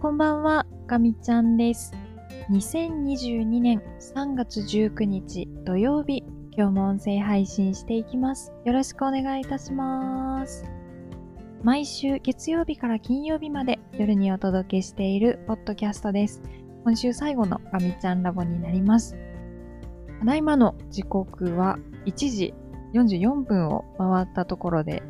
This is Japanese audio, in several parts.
こんばんは、ガミちゃんです。2022年3月19日土曜日、今日も音声配信していきます。よろしくお願いいたします。毎週月曜日から金曜日まで夜にお届けしているポッドキャストです。今週最後のガミちゃんラボになります。ただいまの時刻は1時44分を回ったところで、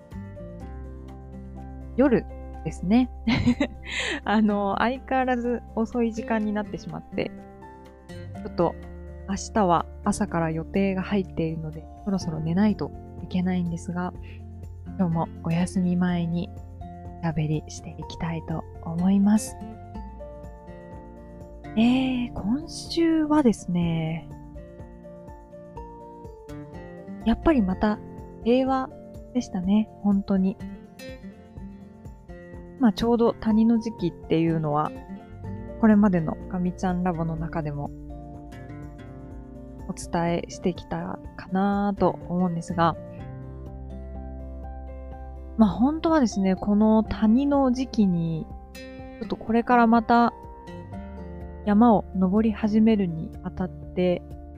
夜ですね。相変わらず遅い時間になってしまって、ちょっと明日は朝から予定が入っているので、そろそろ寝ないといけないんですが、今日もお休み前におしゃべりしていきたいと思います。今週はですね、やっぱりまた平和でしたね、本当に。ちょうど谷の時期っていうのは、これまでのガミちゃんラボの中でもお伝えしてきたかなと思うんですが、本当はですね、この谷の時期に、ちょっとこれからまた山を登り始めるにあたって、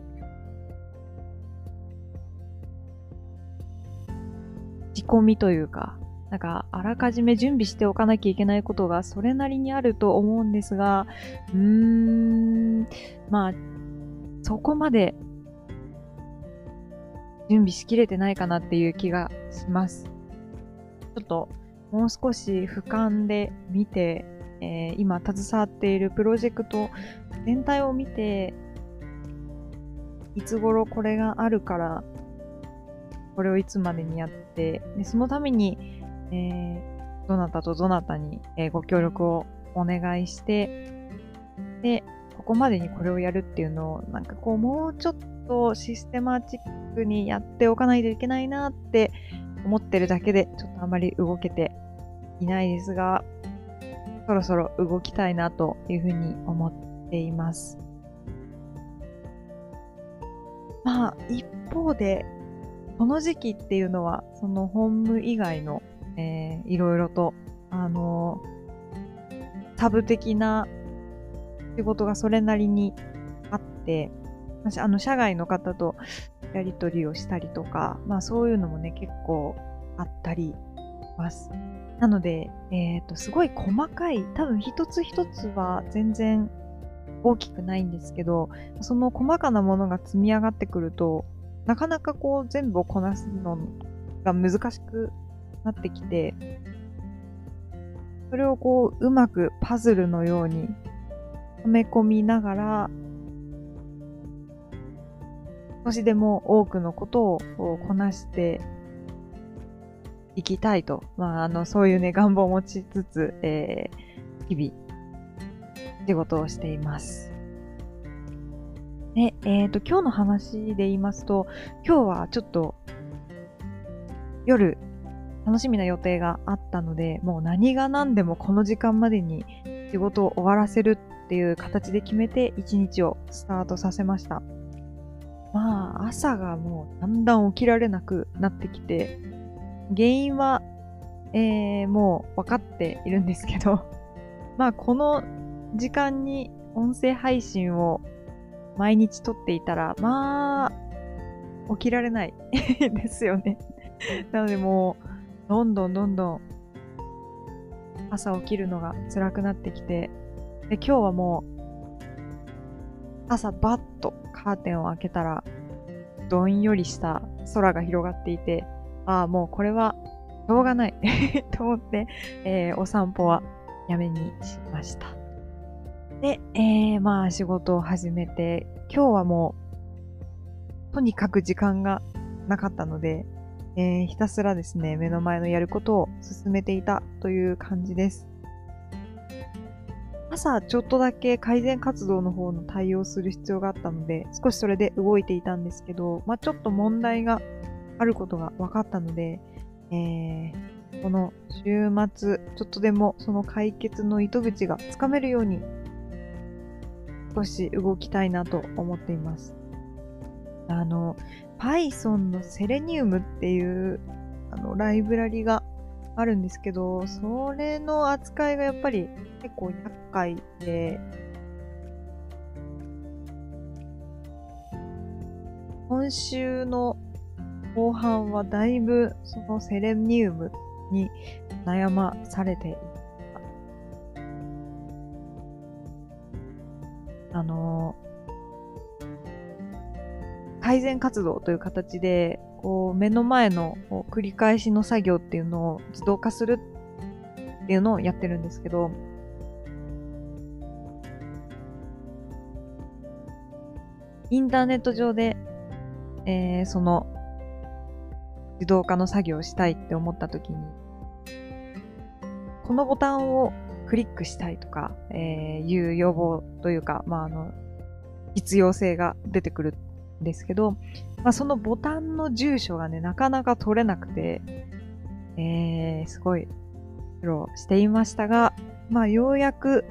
仕込みというか、あらかじめ準備しておかなきゃいけないことがそれなりにあると思うんですが、そこまで準備しきれてないかなっていう気がします。ちょっともう少し俯瞰で見て、今携わっているプロジェクト全体を見て、いつ頃これがあるから、これをいつまでにやって、でそのためにどなたとどなたに、ご協力をお願いして、で、ここまでにこれをやるっていうのを、もうちょっとシステマチックにやっておかないといけないなって思ってるだけで、ちょっとあまり動けていないですが、そろそろ動きたいなというふうに思っています。一方で、この時期っていうのは、その本務以外のいろいろと、サブ的な仕事がそれなりにあって、社外の方とやり取りをしたりとか、そういうのもね、結構あったりします。なので、すごい細かい、多分一つ一つは全然大きくないんですけど、その細かなものが積み上がってくると、なかなか全部をこなすのが難しくなってきて、それをうまくパズルのようにはめ込みながら、少しでも多くのことをこなしていきたいと、そういうね、願望を持ちつつ、日々、仕事をしています。で、今日の話で言いますと、今日はちょっと、夜、楽しみな予定があったので、もう何が何でもこの時間までに仕事を終わらせるっていう形で決めて一日をスタートさせました。朝がもうだんだん起きられなくなってきて、原因は、もう分かっているんですけど、この時間に音声配信を毎日撮っていたら、起きられないですよね。なのでもう、どんどん朝起きるのが辛くなってきて、で、今日はもう、朝バッとカーテンを開けたら、どんよりした空が広がっていて、もうこれはしょうがないと思って、お散歩はやめにしました。で、仕事を始めて、今日はもう、とにかく時間がなかったので、ひたすらですね、目の前のやることを進めていたという感じです。朝ちょっとだけ改善活動の方の対応する必要があったので、少しそれで動いていたんですけど、ちょっと問題があることが分かったので、この週末、ちょっとでもその解決の糸口がつかめるように、少し動きたいなと思っています。Python のセレニウムっていうライブラリがあるんですけど、それの扱いがやっぱり結構厄介で、今週の後半はだいぶそのセレニウムに悩まされていた。改善活動という形で、こう目の前の繰り返しの作業っていうのを自動化するっていうのをやってるんですけど、インターネット上で、その自動化の作業をしたいって思った時に、このボタンをクリックしたいとか、いう要望というか、必要性が出てくるんですけど、そのボタンの住所がね、なかなか取れなくて、すごい苦労していましたが、ようやく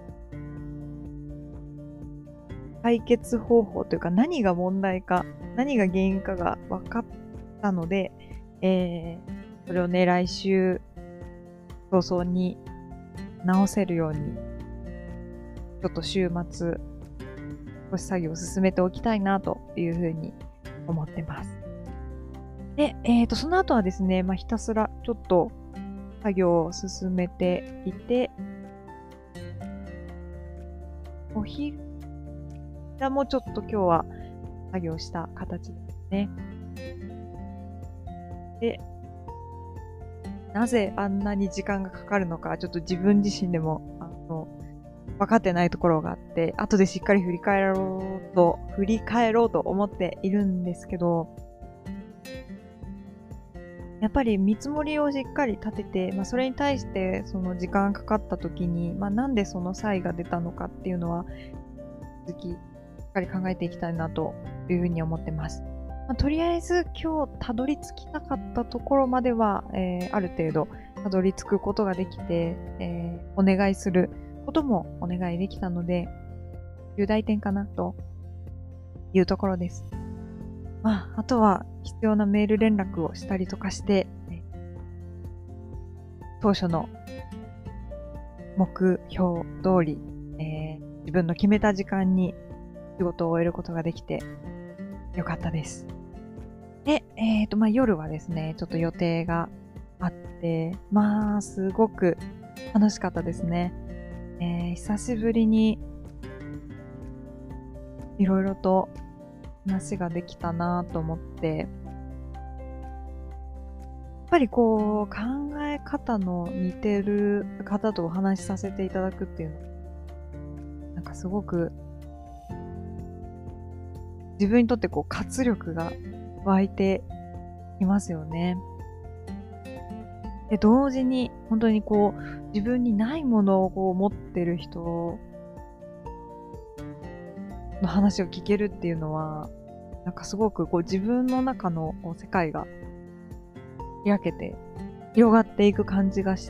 解決方法というか、何が問題か、何が原因かが分かったので、それをね、来週早々に直せるように、ちょっと週末、少し作業を進めておきたいなというふうに思ってます。で、その後はですね、ひたすらちょっと作業を進めていて、お昼もちょっと今日は作業した形ですね。で、なぜあんなに時間がかかるのか、ちょっと自分自身でも、分かってないところがあって、後でしっかり振り返ろうと思っているんですけど、やっぱり見積もりをしっかり立てて、それに対してその時間がかかった時に、なんでその差異が出たのかっていうのは、続きしっかり考えていきたいなというふうに思ってます。とりあえず今日たどり着きたかったところまでは、ある程度たどり着くことができて、お願いすることもお願いできたので、重大点かなというところです。あとは必要なメール連絡をしたりとかして、当初の目標通り、自分の決めた時間に仕事を終えることができてよかったです。で、夜はですね、ちょっと予定があって、すごく楽しかったですね。久しぶりにいろいろと話ができたなと思って、やっぱりこう考え方の似てる方とお話しさせていただくっていうの、なんかすごく自分にとってこう活力が湧いていますよね。で、同時に本当にこう自分にないものをこう持ってる人の話を聞けるっていうのは、なんかすごくこう自分の中のこう世界が開けて広がっていく感じがして、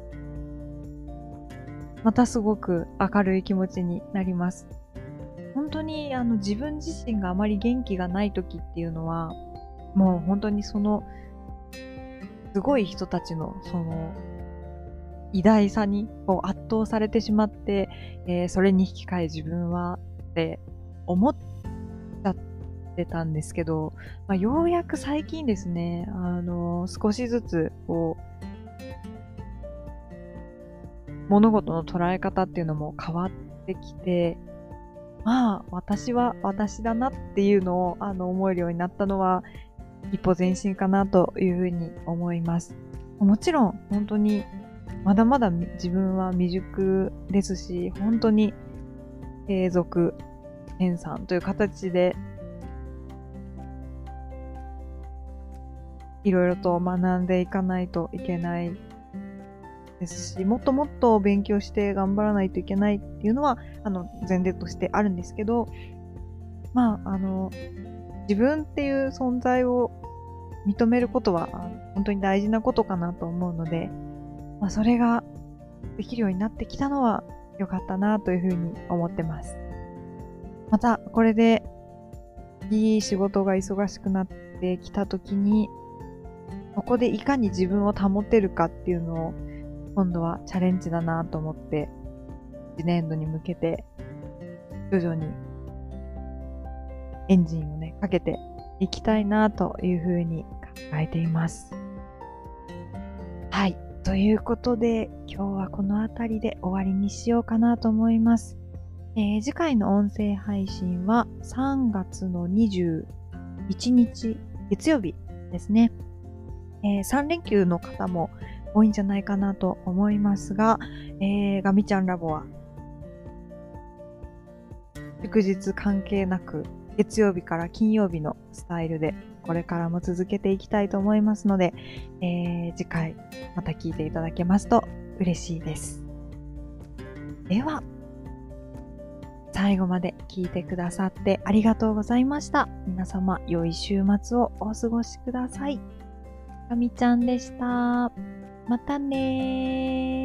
またすごく明るい気持ちになります。本当に自分自身があまり元気がない時っていうのは、もう本当にそのすごい人たちのその偉大さにこう圧倒されてしまって、それに引き換え自分はって思っちゃってたんですけど、ようやく最近ですね、少しずつこう物事の捉え方っていうのも変わってきて、私は私だなっていうのを思えるようになったのは一歩前進かなというふうに思います。もちろん本当にまだまだ自分は未熟ですし、本当に継続編纂という形でいろいろと学んでいかないといけないですし、もっともっと勉強して頑張らないといけないっていうのは前提としてあるんですけど、自分っていう存在を認めることは本当に大事なことかなと思うので、それができるようになってきたのは良かったなというふうに思ってます。またこれでいい仕事が忙しくなってきたときに、 ここでいかに自分を保てるかっていうのを、今度はチャレンジだなと思って、次年度に向けて、徐々にエンジンをね、かけていきたいなというふうに考えています。はい。ということで、今日はこの辺りで終わりにしようかなと思います。次回の音声配信は3月の21日月曜日ですね。3連休の方も多いんじゃないかなと思いますが、ガミちゃんラボは祝日関係なく月曜日から金曜日のスタイルでこれからも続けていきたいと思いますので、次回また聞いていただけますと嬉しいです。では、最後まで聞いてくださってありがとうございました。皆様、良い週末をお過ごしください。ガミちゃんでした。またねー。